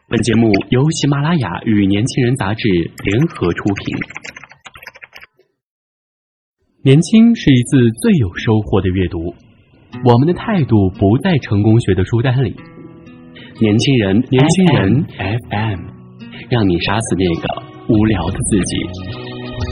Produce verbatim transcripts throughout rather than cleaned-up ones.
本节目由喜马拉雅与年轻人杂志联合出品。年轻是一次最有收获的阅读，我们的态度不在成功学的书单里。年轻人，年轻人 F M， 让你杀死那个无聊的自己。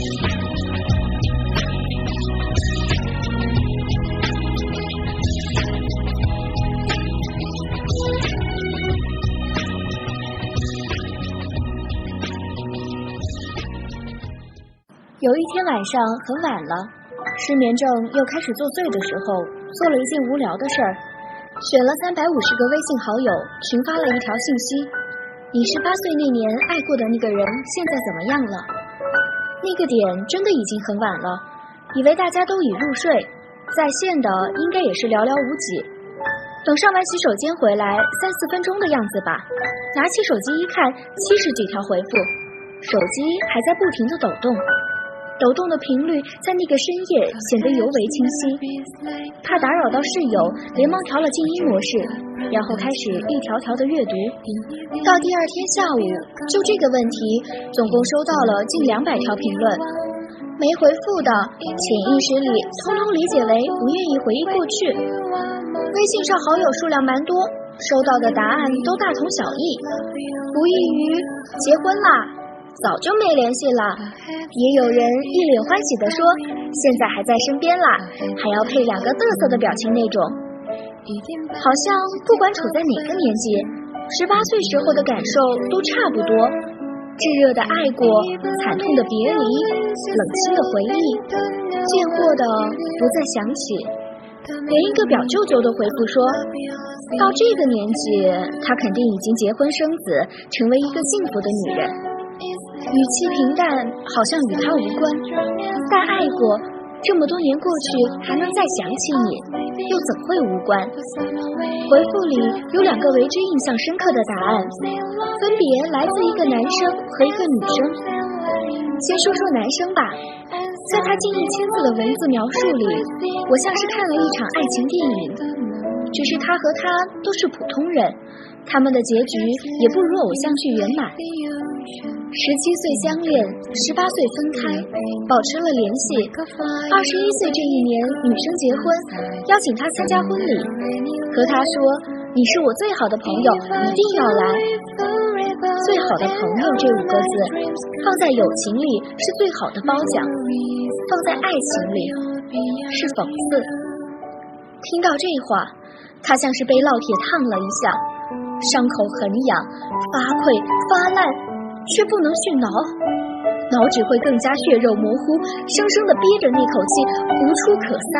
有一天晚上很晚了，失眠症又开始作祟的时候，做了一件无聊的事儿，选了三百五十个微信好友，群发了一条信息：你十八岁那年爱过的那个人现在怎么样了？那个点真的已经很晚了，以为大家都已入睡，在线的应该也是寥寥无几。等上完洗手间回来，三四分钟的样子吧，拿起手机一看，七十几条回复，手机还在不停地抖动。抖动的频率在那个深夜显得尤为清晰，怕打扰到室友，连忙调了静音模式，然后开始一条条的阅读。到第二天下午，就这个问题，总共收到了近两百条评论，没回复的，潜意识里通通理解为不愿意回忆过去。微信上好友数量蛮多，收到的答案都大同小异，不异于结婚啦，早就没联系了，也有人一脸欢喜地说现在还在身边啦，还要配两个嘚瑟的表情那种。好像不管处在哪个年纪，十八岁时候的感受都差不多，炙热的爱过，惨痛的别离，冷清的回忆，见过的不再想起。连一个表舅舅都回复说，到这个年纪她肯定已经结婚生子，成为一个幸福的女人。语气平淡，好像与他无关，但爱过，这么多年过去还能再想起你，又怎会无关？回复里有两个为之印象深刻的答案，分别来自一个男生和一个女生。先说说男生吧，在他近一千字的文字描述里，我像是看了一场爱情电影，只是他和他都是普通人，他们的结局也不如偶像剧圆满。十七岁相恋，十八岁分开，保持了联系。二十一岁这一年，女生结婚，邀请他参加婚礼，和他说：“你是我最好的朋友，一定要来。”最好的朋友这五个字，放在友情里是最好的褒奖，放在爱情里是讽刺。听到这话，他像是被烙铁烫了一下，伤口很痒，发溃发烂。却不能去挠，挠只会更加血肉模糊，生生地憋着那口气，无处可撒。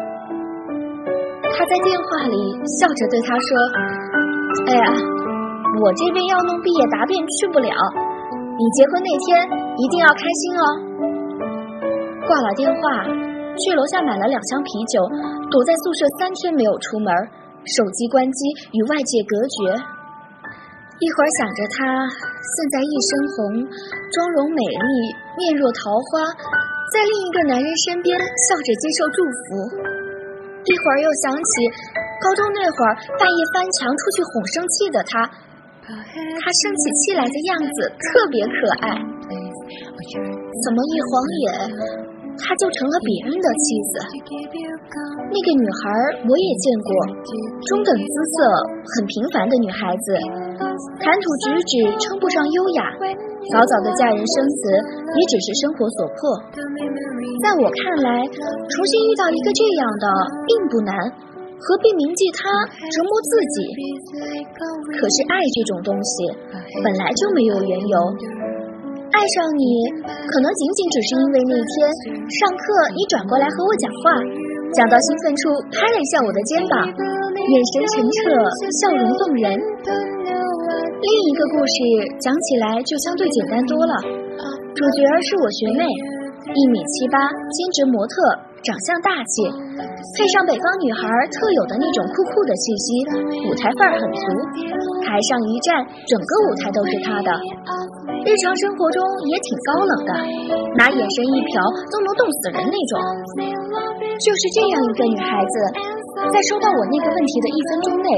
他在电话里笑着对他说：“哎呀，我这边要弄毕业答辩去不了，你结婚那天一定要开心哦。”挂了电话，去楼下买了两箱啤酒，躲在宿舍三天没有出门，手机关机，与外界隔绝。一会儿想着他现在一身红，妆容美丽，面若桃花，在另一个男人身边笑着接受祝福。一会儿又想起高中那会儿半夜翻墙出去哄生气的他，他生起气来的样子特别可爱。怎么一晃眼，他就成了别人的妻子？那个女孩我也见过，中等姿色，很平凡的女孩子，谈吐举止称不上优雅，早早的嫁人生子也只是生活所迫。在我看来，重新遇到一个这样的并不难，何必铭记他折磨自己？可是爱这种东西本来就没有缘由，爱上你可能仅仅只是因为那天上课你转过来和我讲话，讲到兴奋处拍了一下我的肩膀，眼神澄澈，笑容动人。另一个故事讲起来就相对简单多了，主角是我学妹，一米七八，兼职模特，长相大气，配上北方女孩特有的那种酷酷的气息，舞台范儿很足，台上一站，整个舞台都是她的。日常生活中也挺高冷的，拿眼神一瞟都能冻死人那种。就是这样一个女孩子，在收到我那个问题的一分钟内，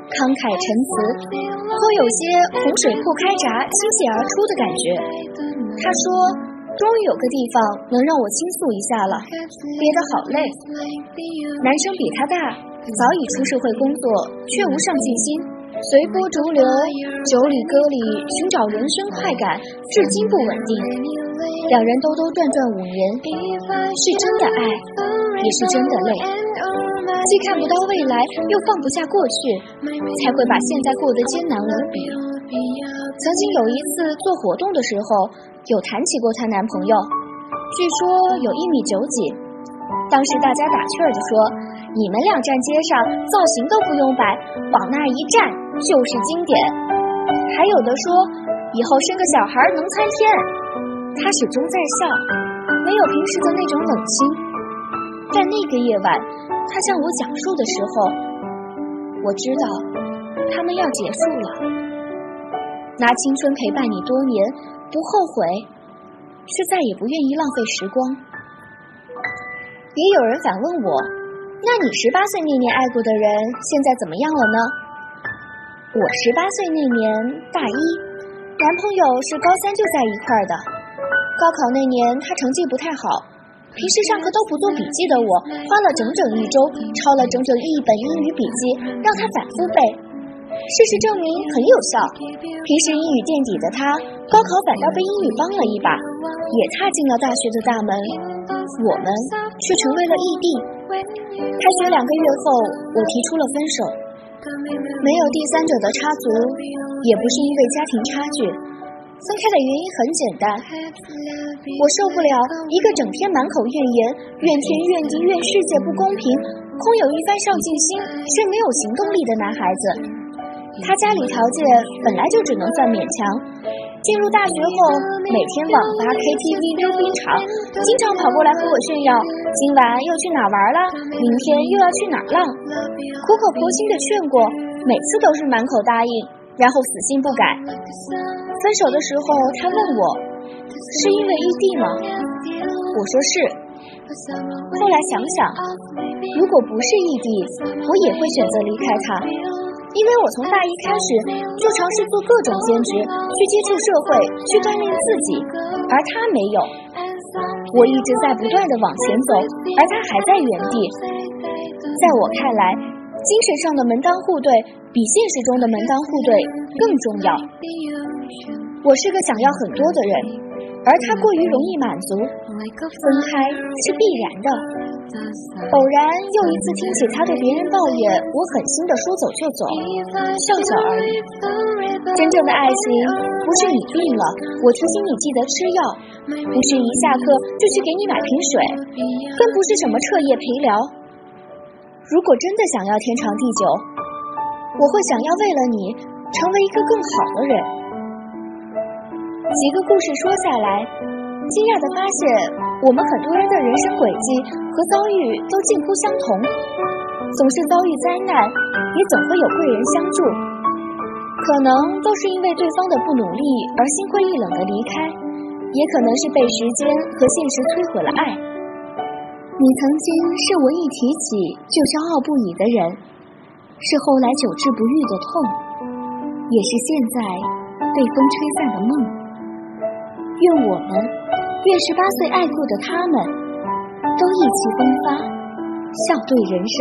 慷慨陈词，颇有些洪水破开闸倾泻而出的感觉。他说，终于有个地方能让我倾诉一下了，憋得好累。男生比他大，早已出社会工作，却无上进心，随波逐流，酒里歌里寻找人生快感，至今不稳定。两人兜兜转转五年，是真的爱，也是真的累，既看不到未来，又放不下过去，才会把现在过得艰难无比。曾经有一次做活动的时候，有谈起过她男朋友，据说有一米九几。当时大家打趣儿地说，你们俩站街上造型都不用摆，往那一站就是经典。还有的说，以后生个小孩能参天。他始终在笑，没有平时的那种冷清。但那个夜晚，他向我讲述的时候，我知道他们要结束了。拿青春陪伴你多年，不后悔，却再也不愿意浪费时光。也有人反问我，那你十八岁那年爱过的人现在怎么样了呢？我十八岁那年大一，男朋友是高三就在一块儿的。高考那年他成绩不太好，平时上课都不做笔记的我，花了整整一周抄了整整一本英语笔记，让他反复背。事实证明很有效，平时英语垫底的他，高考反倒被英语帮了一把，也踏进了大学的大门。我们却成为了异地。开学两个月后，我提出了分手，没有第三者的插足，也不是因为家庭差距。分开的原因很简单，我受不了一个整天满口怨言、怨天怨地、怨世界不公平，空有一番上进心却没有行动力的男孩子。他家里条件本来就只能算勉强，进入大学后每天网吧、K T V、溜冰场，经常跑过来和我炫耀今晚又去哪玩了，明天又要去哪浪。苦口婆心的劝过，每次都是满口答应，然后死性不改。分手的时候他问我，是因为异地吗？我说是。后来想想，如果不是异地，我也会选择离开他，因为我从大一开始就尝试做各种兼职，去接触社会，去锻炼自己，而他没有。我一直在不断的往前走，而他还在原地。在我看来，精神上的门当户对比现实中的门当户对更重要。我是个想要很多的人，而他过于容易满足，分开是必然的。偶然又一次听起他对别人抱怨我狠心的说走就走，笑笑而已。真正的爱情不是你病了我提醒你记得吃药，不是一下课就去给你买瓶水，更不是什么彻夜陪聊。如果真的想要天长地久，我会想要为了你成为一个更好的人。几个故事说下来，惊讶地发现我们很多人的人生轨迹和遭遇都近乎相同，总是遭遇灾难，也总会有贵人相助。可能都是因为对方的不努力而心灰意冷的离开，也可能是被时间和现实摧毁了爱。你曾经是我一提起就骄傲不已的人，是后来久治不愈的痛，也是现在被风吹散的梦。愿我们，愿十八岁爱过的他们，都意气风发，笑对人生。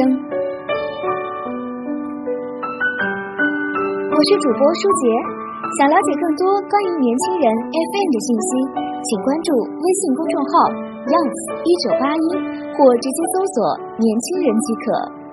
我是主播舒洁，想了解更多关于年轻人 F M 的信息，请关注微信公众号 Youngs 一九八一，或直接搜索年轻人即可。